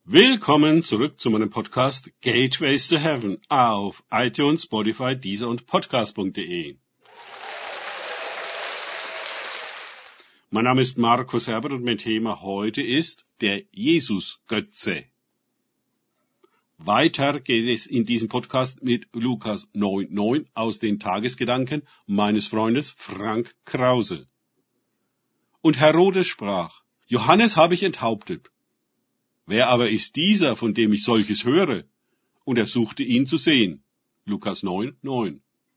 Willkommen zurück zu meinem Podcast Gateways to Heaven auf iTunes, Spotify, Deezer und Podcast.de. Mein Name ist Markus Herbert und mein Thema heute ist der Jesus-Götze. Weiter geht es in diesem Podcast mit Lukas 9,9 aus den Tagesgedanken meines Freundes Frank Krause. Und Herodes sprach: Johannes habe ich enthauptet. Wer aber ist dieser, von dem ich solches höre? Und er suchte ihn zu sehen. Lukas 9,9.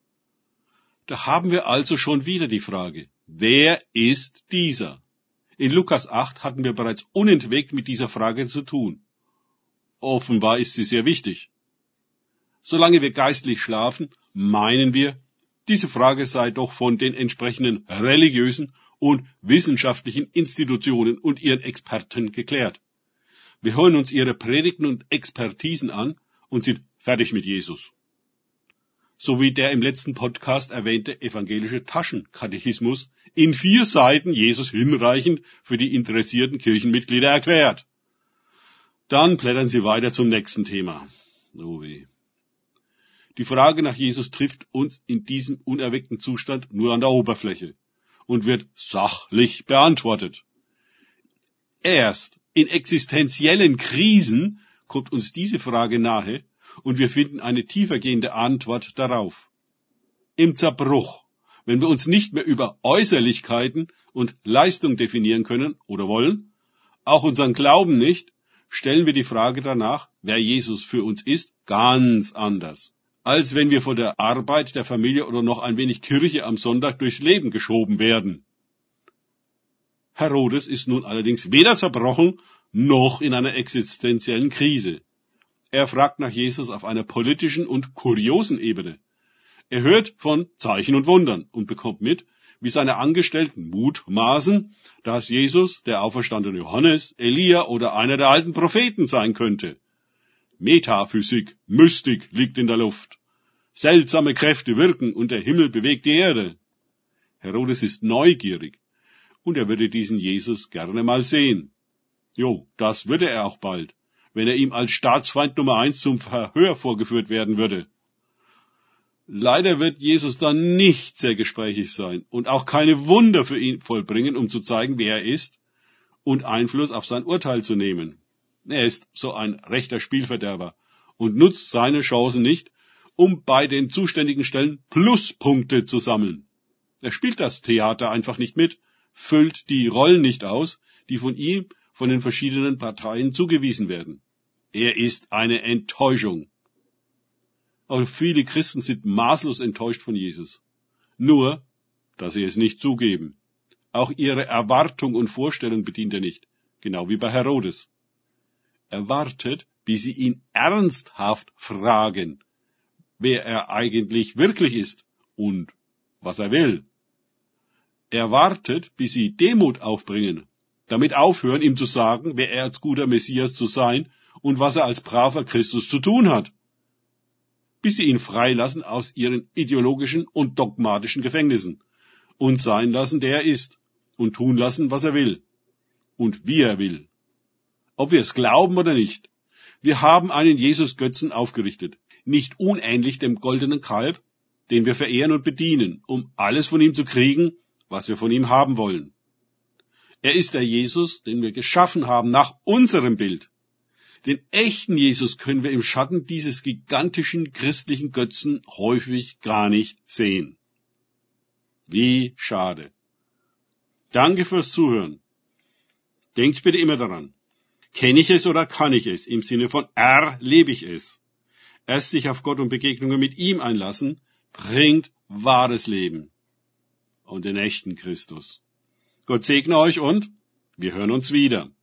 Da haben wir also schon wieder die Frage: Wer ist dieser? In Lukas 8 hatten wir bereits unentwegt mit dieser Frage zu tun. Offenbar ist sie sehr wichtig. Solange wir geistlich schlafen, meinen wir, diese Frage sei doch von den entsprechenden religiösen und wissenschaftlichen Institutionen und ihren Experten geklärt. Wir hören uns ihre Predigten und Expertisen an und sind fertig mit Jesus. So wie der im letzten Podcast erwähnte evangelische Taschenkatechismus in 4 Seiten Jesus hinreichend für die interessierten Kirchenmitglieder erklärt. Dann blättern Sie weiter zum nächsten Thema. Oh weh. Die Frage nach Jesus trifft uns in diesem unerweckten Zustand nur an der Oberfläche und wird sachlich beantwortet. Erst in existenziellen Krisen kommt uns diese Frage nahe und wir finden eine tiefergehende Antwort darauf. Im Zerbruch, wenn wir uns nicht mehr über Äußerlichkeiten und Leistung definieren können oder wollen, auch unseren Glauben nicht, stellen wir die Frage danach, wer Jesus für uns ist, ganz anders, als wenn wir von der Arbeit, der Familie oder noch ein wenig Kirche am Sonntag durchs Leben geschoben werden. Herodes ist nun allerdings weder zerbrochen, noch in einer existenziellen Krise. Er fragt nach Jesus auf einer politischen und kuriosen Ebene. Er hört von Zeichen und Wundern und bekommt mit, wie seine Angestellten mutmaßen, dass Jesus der auferstandene Johannes, Elia oder einer der alten Propheten sein könnte. Metaphysik, Mystik liegt in der Luft. Seltsame Kräfte wirken und der Himmel bewegt die Erde. Herodes ist neugierig. Und er würde diesen Jesus gerne mal sehen. Jo, das würde er auch bald, wenn er ihm als Staatsfeind Nummer 1 zum Verhör vorgeführt werden würde. Leider wird Jesus dann nicht sehr gesprächig sein und auch keine Wunder für ihn vollbringen, um zu zeigen, wer er ist und Einfluss auf sein Urteil zu nehmen. Er ist so ein rechter Spielverderber und nutzt seine Chancen nicht, um bei den zuständigen Stellen Pluspunkte zu sammeln. Er spielt das Theater einfach nicht mit, füllt die Rollen nicht aus, die von ihm, von den verschiedenen Parteien zugewiesen werden. Er ist eine Enttäuschung. Auch viele Christen sind maßlos enttäuscht von Jesus. Nur, dass sie es nicht zugeben. Auch ihre Erwartung und Vorstellung bedient er nicht, genau wie bei Herodes. Er wartet, bis sie ihn ernsthaft fragen, wer er eigentlich wirklich ist und was er will. Er wartet, bis sie Demut aufbringen, damit aufhören, ihm zu sagen, wer er als guter Messias zu sein und was er als braver Christus zu tun hat. Bis sie ihn freilassen aus ihren ideologischen und dogmatischen Gefängnissen und sein lassen, der er ist, und tun lassen, was er will und wie er will. Ob wir es glauben oder nicht, wir haben einen Jesus-Götzen aufgerichtet, nicht unähnlich dem goldenen Kalb, den wir verehren und bedienen, um alles von ihm zu kriegen, was wir von ihm haben wollen. Er ist der Jesus, den wir geschaffen haben nach unserem Bild. Den echten Jesus können wir im Schatten dieses gigantischen christlichen Götzen häufig gar nicht sehen. Wie schade. Danke fürs Zuhören. Denkt bitte immer daran. Kenne ich es oder kann ich es? Im Sinne von erlebe ich es. Erst sich auf Gott und Begegnungen mit ihm einlassen, bringt wahres Leben und den echten Christus. Gott segne euch und wir hören uns wieder.